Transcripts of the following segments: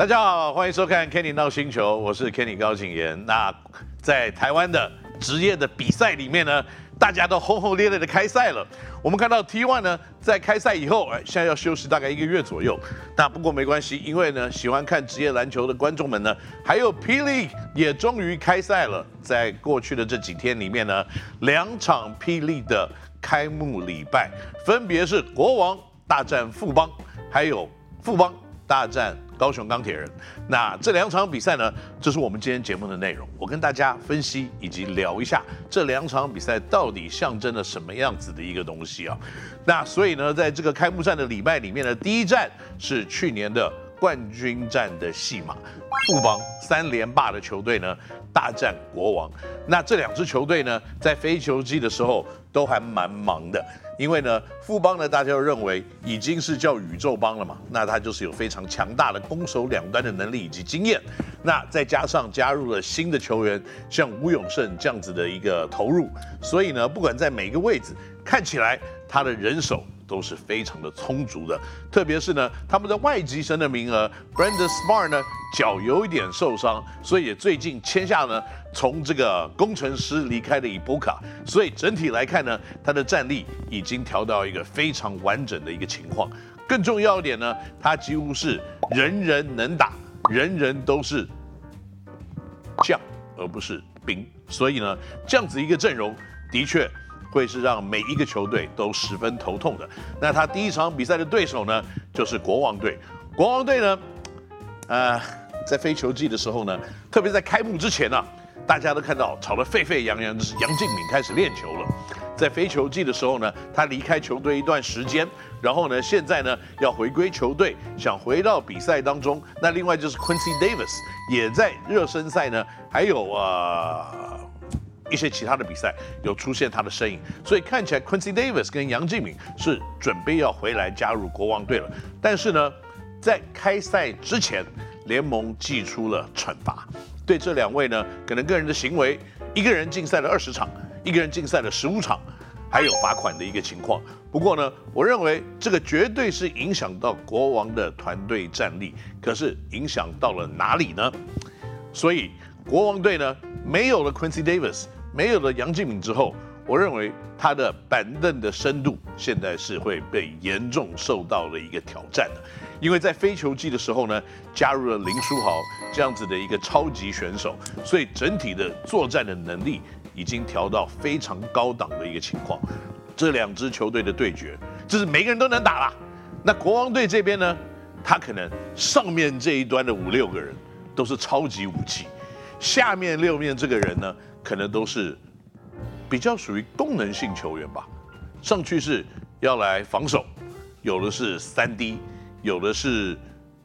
大家好，欢迎收看 Kenny 闹星球，我是 Kenny 高景言。那在台湾的职业的比赛里面呢，大家都轰轰烈烈的开赛了。我们看到 T1 呢，在开赛以后，现在要休息大概1个月左右。那不过没关系，因为呢，喜欢看职业篮球的观众们呢，还有霹雳也终于开赛了。在过去的这几天里面呢，2场霹雳的开幕礼拜，分别是国王大战富邦，还有富邦大战高雄钢铁人。那这2场比赛呢，这是我们今天节目的内容。我跟大家分析以及聊一下这2场比赛到底象征了什么样子的一个东西啊。那所以呢，在这个开幕战的礼拜里面呢，第一战是去年的冠军战的戏码，富邦3连霸的球队呢大战国王。那这2支球队呢，在非球季的时候都还蛮忙的。因为呢，富邦呢，大家都认为已经是叫宇宙邦了嘛，那他就是有非常强大的攻守两端的能力以及经验，那再加上加入了新的球员，像吴永胜这样子的一个投入，所以呢，不管在每个位置，看起来他的人手都是非常的充足的，特别是呢，他们的外籍生的名额 ，Brandon Smart 呢脚有一点受伤，所以也最近签下呢从这个工程师离开的伊波卡，所以整体来看呢，他的战力已经调到一个非常完整的一个情况。更重要一点呢，他几乎是人人能打，人人都是将而不是兵，所以呢，这样子一个阵容的确会是让每一个球队都十分头痛的。那他第一场比赛的对手呢，就是国王队。国王队呢，在非球季的时候呢，特别在开幕之前啊，大家都看到吵得沸沸扬扬，就是杨敬敏开始练球了。在非球季的时候呢，他离开球队一段时间，然后呢，现在呢要回归球队，想回到比赛当中。那另外就是 Quincy Davis 也在热身赛呢，还有一些其他的比赛有出现他的身影，所以看起来 Quincy Davis 跟杨敬敏是准备要回来加入国王队了。但是呢，在开赛之前，联盟祭出了惩罚，对这2位呢，可能个人的行为，一个人禁赛了20场，一个人禁赛了15场，还有罚款的一个情况。不过呢，我认为这个绝对是影响到国王的团队战力，可是影响到了哪里呢？所以国王队呢，没有了 Quincy Davis， 没有了杨敬敏之后，我认为他的板凳的深度现在是会被严重受到了一个挑战的。因为在非球季的时候呢，加入了林书豪这样子的一个超级选手，所以整体的作战的能力已经调到非常高档的一个情况。这2支球队的对决，就是每个人都能打啦。那国王队这边呢，他可能上面这一端的5、6个人都是超级武器，下面6面这个人呢，可能都是比较属于功能性球员吧。上去是要来防守，有的是3D， 有的是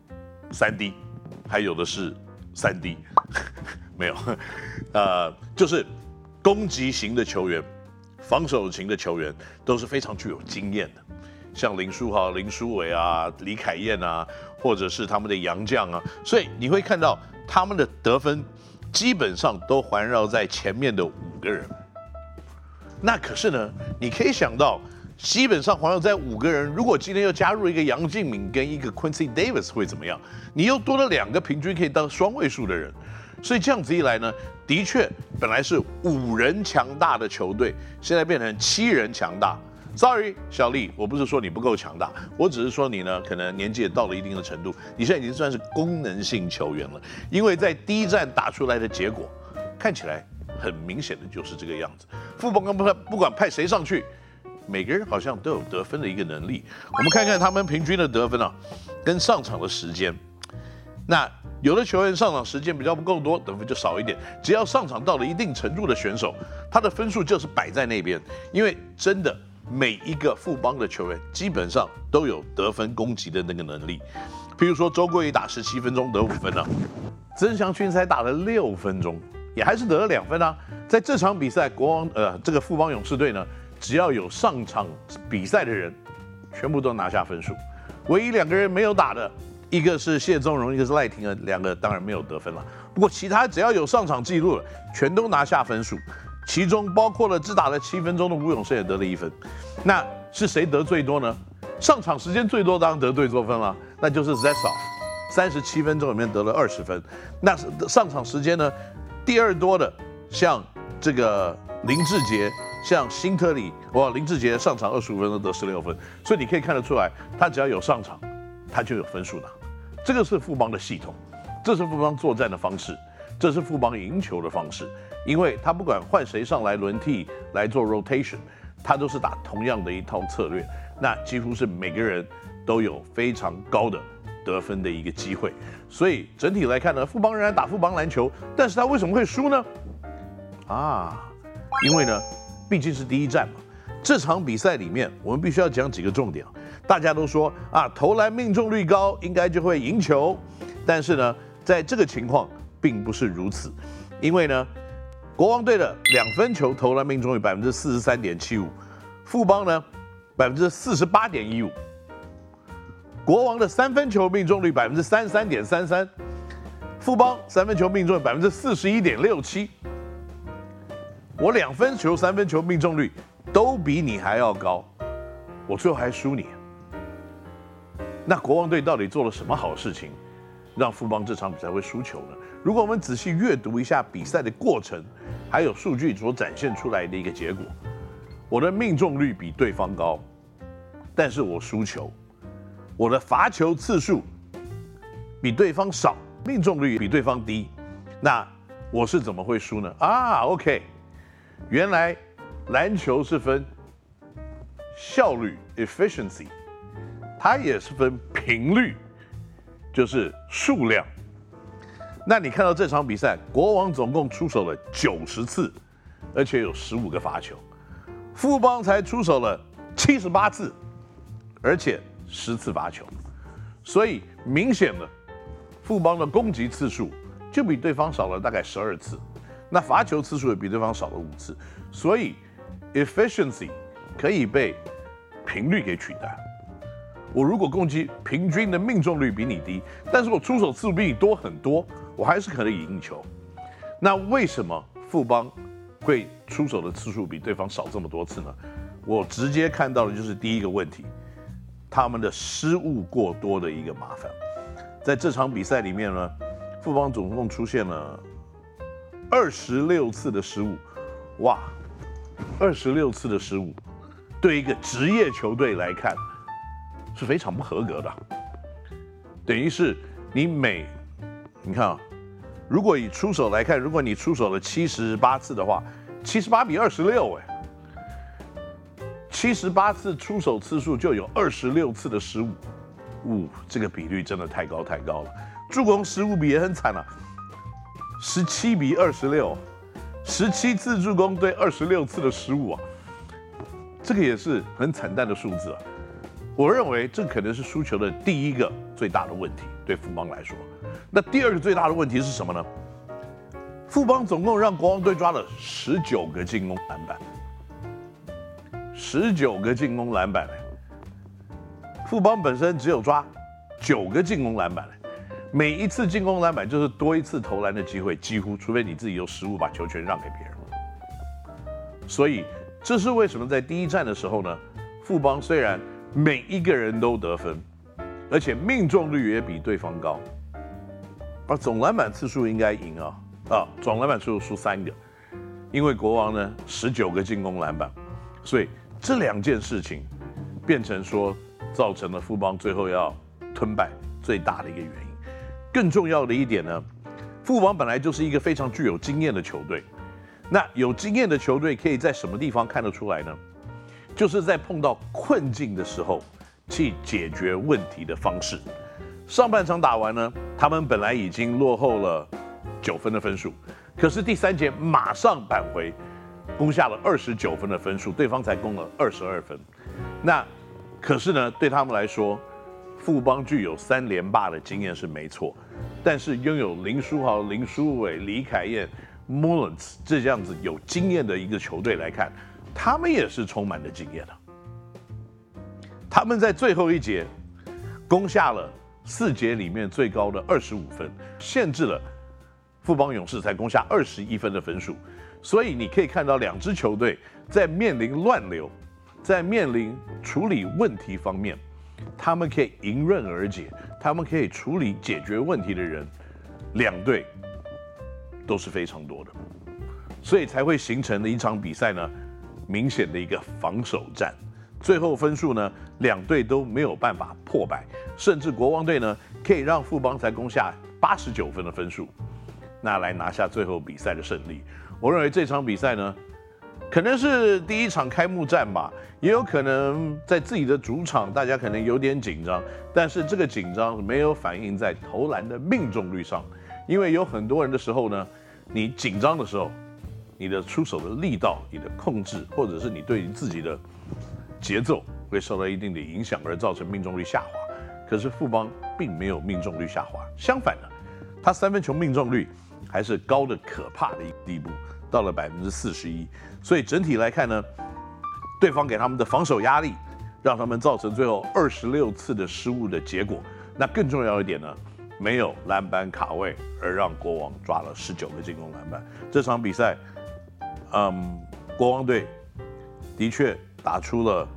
3D， 还有的是3D， 没有，就是攻击型的球员、防守型的球员都是非常具有经验的，像林书豪、林书伟啊、李凯燕啊，或者是他们的洋将啊，所以你会看到他们的得分基本上都环绕在前面的5个人。那可是呢，你可以想到，基本上环绕在5个人，如果今天又加入一个杨敬敏跟一个 Quincy Davis 会怎么样？你又多了2个平均可以当双位数的人，所以这样子一来呢，的确本来是5人强大的球队，现在变成7人强大。Sorry， 小丽，我不是说你不够强大，我只是说你呢，可能年纪也到了一定的程度，你现在已经算是功能性球员了。因为在第一战打出来的结果，看起来很明显的就是这个样子。富邦不管派谁上去，每个人好像都有得分的一个能力。我们看看他们平均的得分啊，跟上场的时间。那有的球员上场时间比较不够多，得分就少一点。只要上场到了一定程度的选手，他的分数就是摆在那边。因为真的每一个富邦的球员基本上都有得分攻击的那个能力。譬如说周桂宇打17分钟得5分啊，曾祥勋才打了6分钟，也还是得了2分啊。在这场比赛，这个富邦勇士队呢，只要有上场比赛的人，全部都拿下分数。唯一2个人没有打的，一个是谢宗荣，一个是赖廷恩，2个当然没有得分了。不过其他只要有上场记录了，全都拿下分数。其中包括了只打了7分钟的吴永胜也得了1分。那是谁得最多呢？上场时间最多当然得最多分了，那就是 Zetsov。 37分钟里面得了20分。那上场时间呢，第二多的像这个林志杰，像辛特利，林志杰上场25分钟得16分，所以你可以看得出来，他只要有上场，他就有分数拿。这个是富邦的系统，这是富邦作战的方式，这是富邦赢球的方式。因为他不管换谁上来轮替来做 rotation， 他都是打同样的一套策略，那几乎是每个人都有非常高的得分的一个机会。所以整体来看呢，富邦仍然打富邦篮球，但是他为什么会输呢？因为呢，毕竟是第一战嘛。这场比赛里面，我们必须要讲几个重点。大家都说投篮命中率高，应该就会赢球，但是呢，在这个情况并不是如此，因为呢，国王队的2分球投篮命中率43.75%，富邦呢48.15%，国王的3分球命中率33.33%，富邦3分球命中率41.67%。我2分球、3分球命中率都比你还要高，我最后还输你。那国王队到底做了什么好事情，让富邦这场比赛会输球呢？如果我们仔细阅读一下比赛的过程，还有数据所展现出来的一个结果，我的命中率比对方高，但是我输球；我的罚球次数比对方少，命中率比对方低，那我是怎么会输呢？OK， 原来篮球是分效率 efficiency， 它也是分频率，就是数量。那你看到这场比赛，国王总共出手了90次，而且有15个罚球；富邦才出手了78次，而且10次罚球。所以明显的，富邦的攻击次数就比对方少了大概12次，那罚球次数也比对方少了5次。所以 efficiency 可以被频率给取代。我如果攻击平均的命中率比你低，但是我出手次数比你多很多，我还是可以赢球。那为什么富邦会出手的次数比对方少这么多次呢？我直接看到的就是第一个问题，他们的失误过多的一个麻烦。在这场比赛里面呢，富邦总共出现了26次的失误，哇，26次的失误，对一个职业球队来看是非常不合格的。等于是你看如果以出手来看，如果你出手了78次的话，78比26，78次出手次数就有26次的失误，这个比率真的太高了。助攻失误比也很惨了，17比26，17次助攻对26次的失误这个也是很惨淡的数字啊。我认为这可能是输球的第一个最大的问题，对富邦来说。那第二个最大的问题是什么呢？富邦总共让国王队抓了19个进攻篮板，19个进攻篮板，富邦本身只有抓9个进攻篮板，每一次进攻篮板就是多一次投篮的机会，几乎除非你自己有失误把球权让给别人。所以这是为什么在第一战的时候呢，富邦虽然每一个人都得分，而且命中率也比对方高，而总篮板次数应该赢总篮板次数输3个，因为国王呢19个进攻篮板，所以这2件事情变成说造成了富邦最后要吞败最大的一个原因。更重要的一点呢，富邦本来就是一个非常具有经验的球队，那有经验的球队可以在什么地方看得出来呢？就是在碰到困境的时候去解决问题的方式。上半场打完呢，他们本来已经落后了9分的分数，可是第3节马上扳回，攻下了29分的分数，对方才攻了22分。那可是呢，对他们来说，富邦具有3连霸的经验是没错，但是拥有林书豪、林书伟、李凯燕、Mullins 这样子有经验的一个球队来看，他们也是充满了经验的。他们在最后一节攻下了4节里面最高的25分，限制了富邦勇士才攻下21分的分数。所以你可以看到2支球队在面临乱流，在面临处理问题方面， 他们可以迎刃而解，他们可以处理解决问题的人，两队都是非常多的，所以才会形成的一场比赛呢，明显的一个防守战。最后分数呢，两队都没有办法破百，甚至国王队呢可以让富邦才攻下89分的分数，那来拿下最后比赛的胜利。我认为这场比赛呢，可能是第一场开幕战吧，也有可能在自己的主场，大家可能有点紧张，但是这个紧张没有反映在投篮的命中率上，因为有很多人的时候呢，你紧张的时候，你的出手的力道、你的控制，或者是你对于自己的节奏会受到一定的影响，而造成命中率下滑。可是富邦并没有命中率下滑，相反的，他三分球命中率还是高的可怕的一个地步，到了41%。所以整体来看呢，对方给他们的防守压力，让他们造成最后26次的失误的结果。那更重要一点呢，没有篮板卡位，而让国王抓了19个进攻篮板。这场比赛，国王队的确打出了，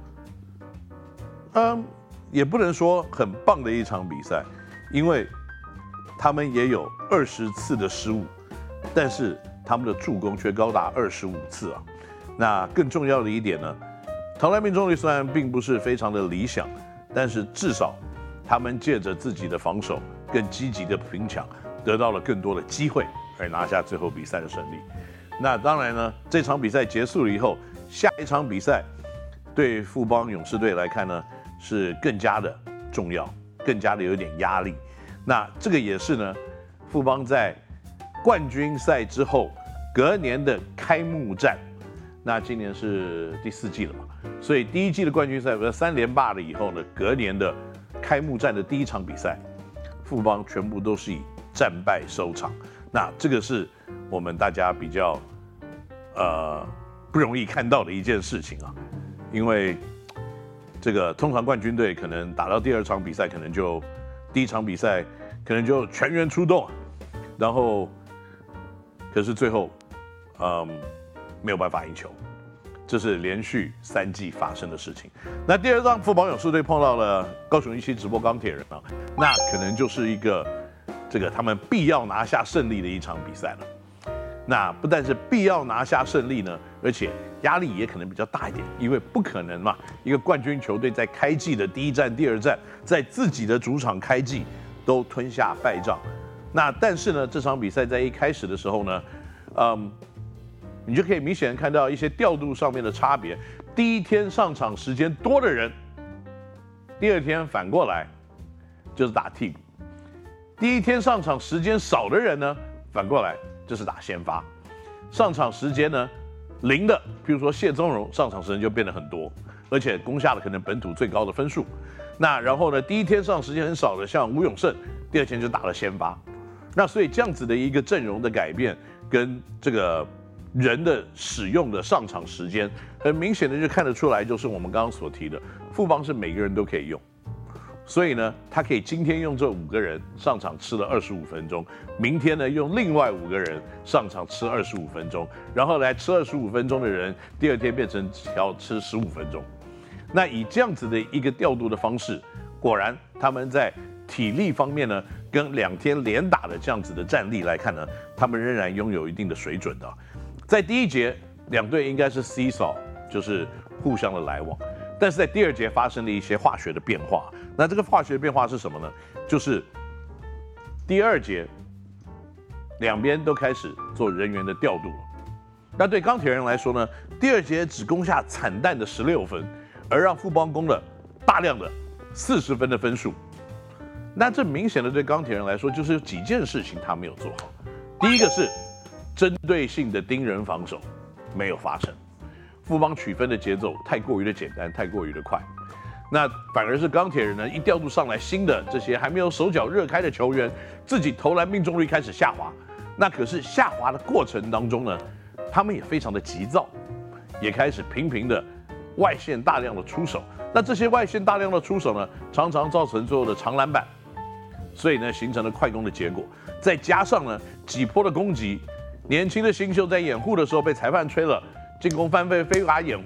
也不能说很棒的一场比赛，因为他们也有20次的失误，但是他们的助攻却高达25次啊。那更重要的一点呢，投篮命中率虽然并不是非常的理想，但是至少他们借着自己的防守更积极的拼抢，得到了更多的机会，而拿下最后比赛的胜利。那当然呢，这场比赛结束了以后，下一场比赛对富邦勇士队来看呢，是更加的重要，更加的有点压力。那这个也是呢，富邦在冠军赛之后隔年的开幕战。那今年是第4季了嘛，所以第1季的冠军赛3连霸了以后呢，隔年的开幕战的第1场比赛，富邦全部都是以战败收场。那这个是我们大家比较不容易看到的一件事情啊，因为这个通常冠军队可能打到第2场比赛，可能就第1场比赛可能就全员出动，然后可是最后没有办法赢球，这是连续3季发生的事情。那第2仗富邦勇士队碰到了高雄一期直播钢铁人啊，那可能就是一个这个他们必要拿下胜利的一场比赛了。那不但是必要拿下胜利呢，而且压力也可能比较大一点，因为不可能嘛，一个冠军球队在开季的第1战、第2战，在自己的主场开季都吞下败仗。那但是呢，这场比赛在一开始的时候呢，你就可以明显看到一些调度上面的差别。第1天上场时间多的人，第2天反过来就是打替补；第1天上场时间少的人呢，反过来就是打先发。上场时间呢0的，譬如说谢宗荣上场时间就变得很多，而且攻下了可能本土最高的分数。那然后呢，第1天上时间很少的，像吴永胜，第2天就打了先发。那所以这样子的一个阵容的改变跟这个人的使用的上场时间，很明显的就看得出来，就是我们刚刚所提的，富邦是每个人都可以用，所以呢，他可以今天用这5个人上场吃了25分钟，明天呢用另外5个人上场吃25分钟，然后来吃25分钟的人，第2天变成要吃15分钟。那以这样子的一个调度的方式，果然他们在体力方面呢，跟2天连打的这样子的战力来看呢，他们仍然拥有一定的水准的。在第1节，2队应该是 seesaw， 就是互相的来往，但是在第2节发生了一些化学的变化。那这个化学的变化是什么呢？就是第2节两边都开始做人员的调度了。那对钢铁人来说呢，第2节只攻下惨淡的16分，而让富邦攻了大量的40分的分数。那这明显的对钢铁人来说，就是有几件事情他没有做好。第一个是针对性的盯人防守没有发生，富邦取分的节奏太过于的简单，太过于的快。那反而是钢铁人呢，一调度上来新的这些还没有手脚热开的球员，自己投篮命中率开始下滑。那可是下滑的过程当中呢，他们也非常的急躁，也开始频频的外线大量的出手。那这些外线大量的出手呢，常常造成最后的长篮板，所以呢形成了快攻的结果。再加上呢几波的攻击，年轻的新秀在掩护的时候被裁判吹了进攻犯规非法掩护，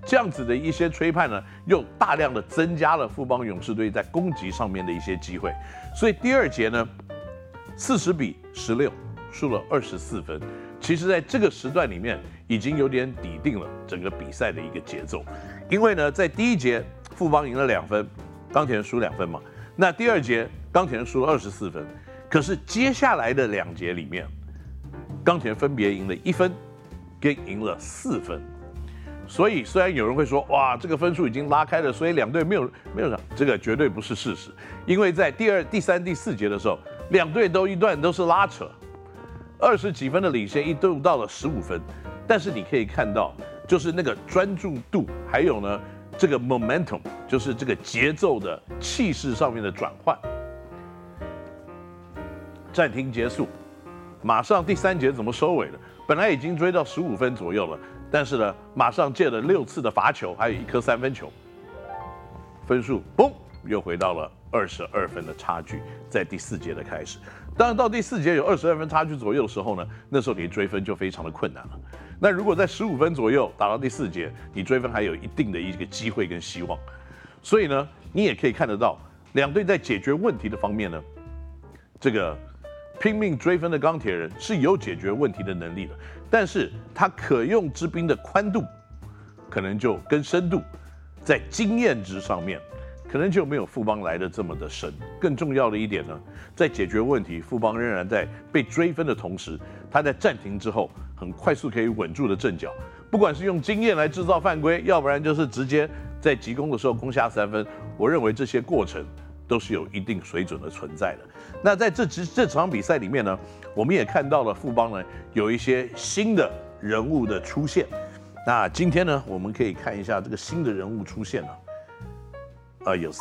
这样子的一些吹判呢，又大量的增加了富邦勇士队在攻击上面的一些机会。所以第二节呢，40-16输了24分。其实在这个时段里面，已经有点抵定了整个比赛的一个节奏。因为呢，在第一节富邦赢了2分，钢铁人输2分嘛。那第二节钢铁人输了24分，可是接下来的2节里面，钢铁人分别赢了1分，跟赢了4分。所以虽然有人会说，哇，这个分数已经拉开了，所以两队没有这个绝对不是事实。因为在第2、第3、第4节的时候，两队一段都是拉扯，20几分的领先一度到了15分。但是你可以看到，就是那个专注度，还有呢这个 momentum， 就是这个节奏的气势上面的转换。暂停结束，马上第3节怎么收尾的？本来已经追到15分左右了，但是呢，马上借了6次的罚球，还有1颗3分球，分数嘣又回到了22分的差距。在第4节的开始，当然到第4节有22分差距左右的时候呢，那时候你追分就非常的困难了。那如果在15分左右打到第4节，你追分还有一定的一个机会跟希望。所以呢，你也可以看得到，两队在解决问题的方面呢，这个拼命追分的钢铁人是有解决问题的能力的，但是他可用之兵的宽度，可能就跟深度，在经验值上面，可能就没有富邦来的这么的深。更重要的一点呢，在解决问题，富邦仍然在被追分的同时，他在暂停之后很快速可以稳住的阵脚，不管是用经验来制造犯规，要不然就是直接在急攻的时候攻下3分。我认为这些过程都是有一定水准的存在的。那在这场比赛里面呢，我们也看到了富邦呢有一些新的人物的出现。那今天呢，我们可以看一下这个新的人物出现了。有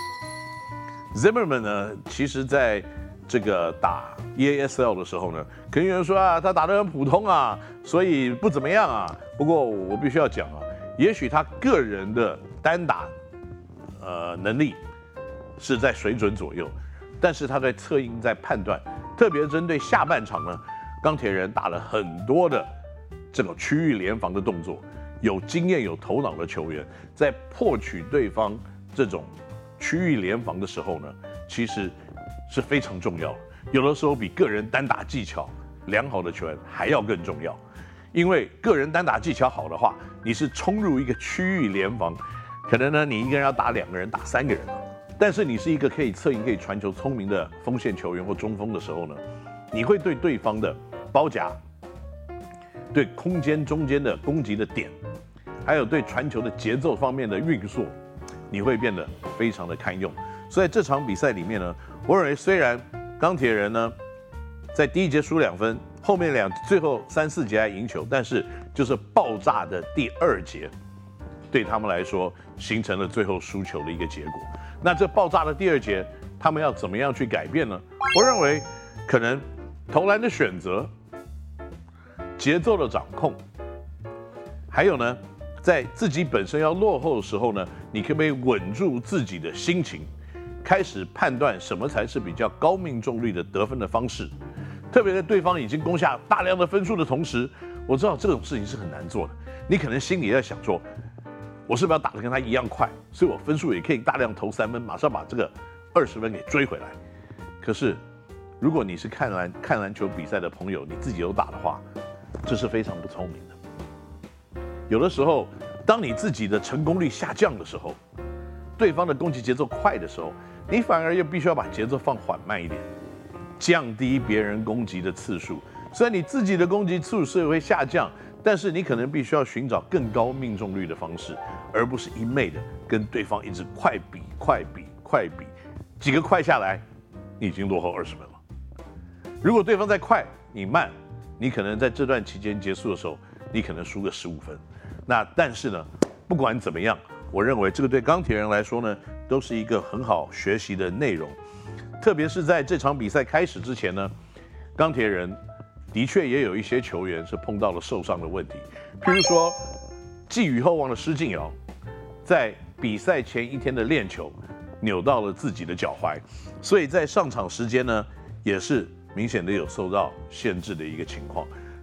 Zimmerman 呢，其实在这个打 EASL 的时候呢，可能有人说啊，他打得很普通啊，所以不怎么样啊。不过我必须要讲啊，也许他个人的单打能力是在水准左右，但是他在策应、在判断，特别针对下半场呢，钢铁人打了很多的这种区域联防的动作，有经验、有头脑的球员在破取对方这种区域联防的时候呢，其实是非常重要的。有的时候比个人单打技巧良好的球员还要更重要，因为个人单打技巧好的话，你是冲入一个区域联防，可能呢你一个人要打2个人、打3个人，但是你是一个可以策应、可以传球聪明的锋线球员或中锋的时候呢，你会对对方的包夹、对空间中间的攻击的点，还有对传球的节奏方面的运作，你会变得非常的堪用。所以这场比赛里面呢，我认为虽然钢铁人呢在第1节输2分，后面最后3、4节还赢球，但是就是爆炸的第2节，对他们来说形成了最后输球的一个结果。那这爆炸的第2节，他们要怎么样去改变呢？我认为可能投篮的选择、节奏的掌控，还有呢，在自己本身要落后的时候呢，你可不可以稳住自己的心情，开始判断什么才是比较高命中率的得分的方式。特别在对方已经攻下大量的分数的同时，我知道这种事情是很难做的。你可能心里在想说，我是不是要打得跟他一样快，所以我分数也可以大量投3分，马上把这个20分给追回来。可是，如果你是看篮球比赛的朋友，你自己有打的话，这是非常不聪明的。有的时候，当你自己的成功率下降的时候，对方的攻击节奏快的时候，你反而又必须要把节奏放缓慢一点，降低别人攻击的次数。虽然你自己的攻击次数会下降，但是你可能必须要寻找更高命中率的方式，而不是一昧的跟对方一直快比，几个快下来，你已经落后20分了。如果对方再快，你慢，你可能在这段期间结束的时候，你可能输个15分。那但是呢，不管怎么样，我认为这个对钢铁人来说呢，都是一个很好学习的内容。特别是在这场比赛开始之前呢，钢铁人的确也有一些球员是碰到了受伤的问题，譬如说寄予厚望的施晋尧，在比赛前1天的练球扭到了自己的脚踝，所以在上场时间呢也是明显的有受到限制的一个情况。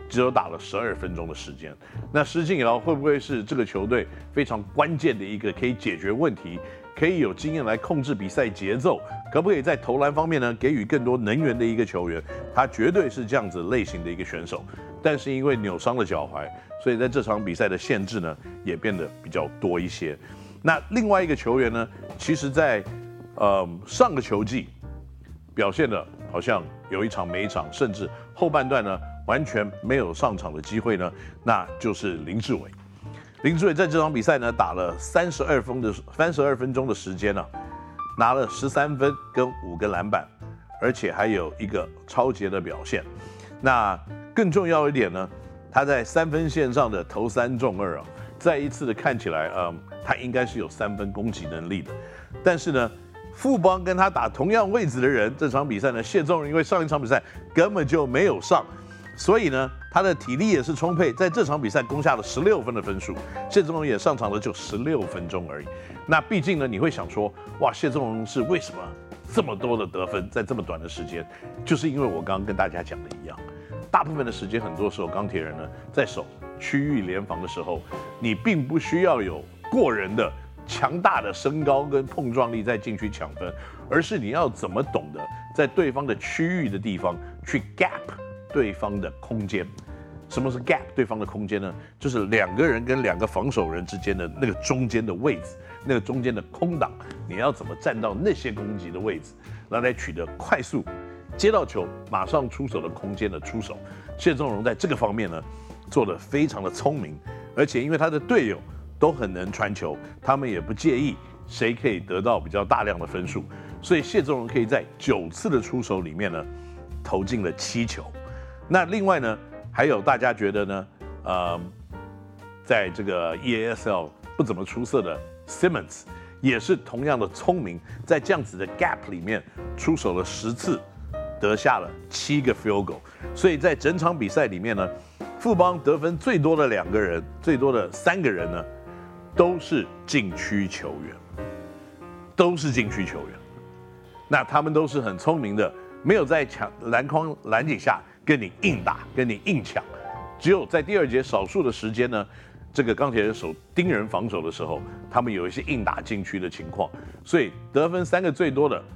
只有打了12分钟的时间。那施晋尧会不会是这个球队非常关键的一个可以解决问题，可以有经验来控制比赛节奏，可不可以在投篮方面呢给予更多能源的一个球员？他绝对是这样子类型的一个选手。但是因为扭伤了脚踝，所以在这场比赛的限制呢也变得比较多一些。那另外一个球员呢，其实在上个球季表现的好像有一场没一场，甚至后半段呢完全没有上场的机会呢，那就是林志伟。林志伟在这场比赛呢打了32分钟的时间呢，拿了13分跟5个篮板，而且还有一个超节的表现。那更重要一点呢，他在3分线上的投3中2啊，再一次的看起来，他应该是有3分攻击能力的。但是呢，富邦跟他打同样位置的人，这场比赛呢，谢宗荣因为上一场比赛根本就没有上，所以呢，他的体力也是充沛，在这场比赛攻下了16分的分数。谢宗荣也上场了就16分钟而已。那毕竟呢，你会想说，哇，谢宗荣是为什么这么多的得分在这么短的时间？就是因为我刚刚跟大家讲的一样。大部分的时间，很多时候钢铁人呢在守区域联防的时候，你并不需要有过人的强大的身高跟碰撞力在禁区抢分，而是你要怎么懂得在对方的区域的地方去 gap 对方的空间。什么是 gap 对方的空间呢？就是2个人跟2个防守人之间的那个中间的位置，那个中间的空档，你要怎么站到那些攻击的位置，然后来取得快速接到球马上出手的空间的出手。谢宗荣在这个方面呢做得非常的聪明，而且因为他的队友都很能传球，他们也不介意谁可以得到比较大量的分数，所以谢宗荣可以在9次的出手里面呢投进了7球。那另外呢，还有大家觉得呢，在这个 EASL 不怎么出色的 Simmons 也是同样的聪明，在这样子的 gap 里面出手了10次，得下了7个 field goal。所以在整场比赛里面呢，富邦得分最多的2个人，最多的3个人呢，都是禁区球员，都是禁区球员。那他们都是很聪明的，没有在篮筐篮底下跟你硬打，跟你硬抢，只有在第2节少数的时间呢，这个钢铁人守盯人防守的时候，他们有一些硬打禁区的情况，所以得分3个最多的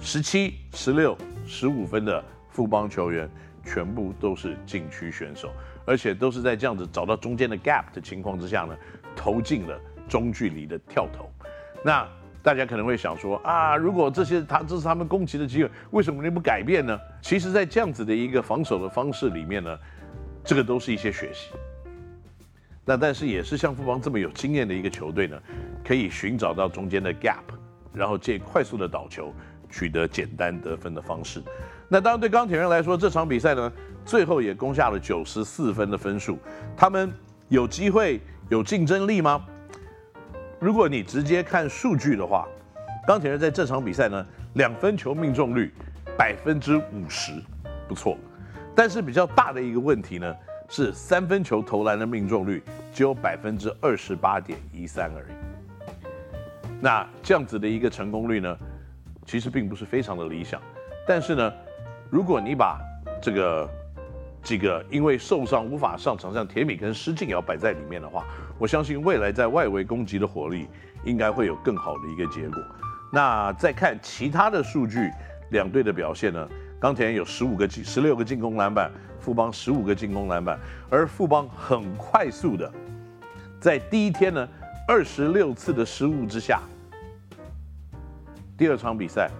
17、16、15分的富邦球员，全部都是禁区选手，而且都是在这样子找到中间的 gap 的情况之下呢，投进了中距离的跳投。那大家可能会想说啊，如果这是他们攻击的机会，为什么你不改变呢？其实，在这样子的一个防守的方式里面呢，这个都是一些学习。那但是也是像富邦这么有经验的一个球队呢，可以寻找到中间的 gap， 然后借快速的倒球取得简单得分的方式。那当然对钢铁人来说，这场比赛呢，最后也攻下了94分的分数。他们有机会有竞争力吗？如果你直接看数据的话，钢铁人在这场比赛呢，2分球命中率50%，不错。但是比较大的一个问题呢，是3分球投篮的命中率只有28.13%而已。那这样子的一个成功率呢，其实并不是非常的理想。但是呢，如果你把几个因为受伤无法上场，像铁米跟施晋尧摆在里面的话，我相信未来在外围攻击的火力应该会有更好的一个结果。那再看其他的数据，2队的表现呢，钢铁人有16个进攻篮板，富邦15个进攻篮板，而富邦很快速的在第一天呢26次的失误之下，第2场比赛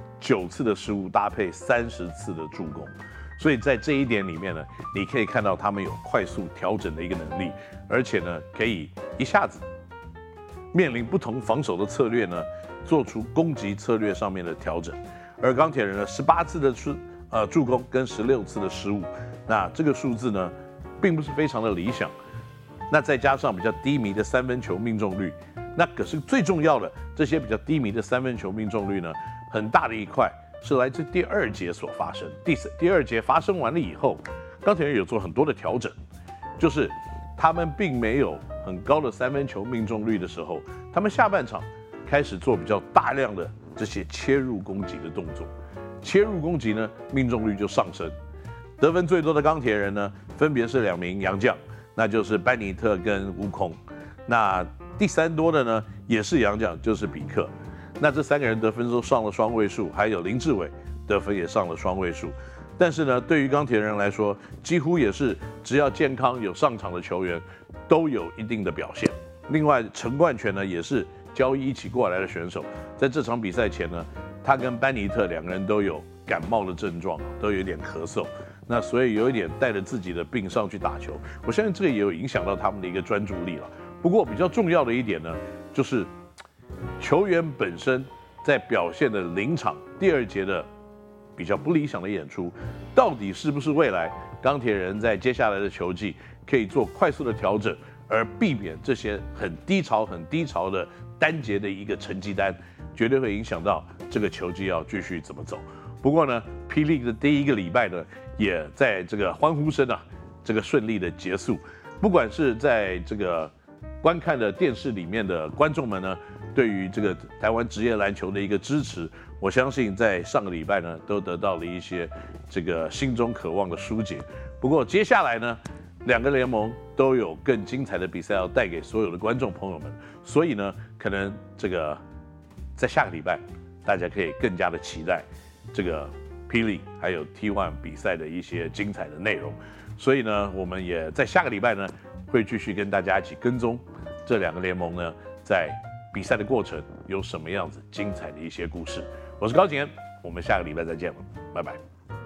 9次的失误搭配30次的助攻。所以在这一点里面呢，你可以看到他们有快速调整的一个能力，而且呢，可以一下子面临不同防守的策略呢，做出攻击策略上面的调整。而钢铁人呢，18次的助攻跟16次的失误，那这个数字呢，并不是非常的理想。那再加上比较低迷的3分球命中率，那可是最重要的，这些比较低迷的3分球命中率呢，很大的一块是来自第2节所发生。第2节发生完了以后，钢铁人有做很多的调整，就是他们并没有很高的3分球命中率的时候，他们下半场开始做比较大量的这些切入攻击的动作，切入攻击呢，命中率就上升。得分最多的钢铁人呢， 分别是2名洋将，那就是班尼特跟乌空。那第3多的呢也是洋将，就是比克。那这3个人得分都上了双位数，还有林志伟得分也上了双位数。但是呢，对于钢铁人来说，几乎也是只要健康有上场的球员，都有一定的表现。另外，陈冠泉呢也是交易一起过来的选手，在这场比赛前呢，他跟班尼特2个人都有感冒的症状，都有点咳嗽，那所以有一点带着自己的病上去打球。我相信这个也有影响到他们的一个专注力了。不过比较重要的一点呢，就是球员本身在表现的临场第2节的比较不理想的演出，到底是不是未来钢铁人在接下来的球季可以做快速的调整，而避免这些很低潮的单节的一个成绩单，绝对会影响到这个球季要继续怎么走。不过呢，霹雳的第1个礼拜呢，也在这个欢呼声这个顺利的结束。不管是在这个观看的电视里面的观众们呢，对于这个台湾职业篮球的一个支持，我相信在上个礼拜呢，都得到了一些这个心中渴望的疏解。不过接下来呢，2个联盟都有更精彩的比赛要带给所有的观众朋友们，所以呢，可能这个在下个礼拜，大家可以更加的期待这个霹雳还有 T1 比赛的一些精彩的内容。所以呢，我们也在下个礼拜呢，会继续跟大家一起跟踪这2个联盟呢，在比赛的过程有什么样子精彩的一些故事。我是高景恩，我们下个礼拜再见了，拜拜。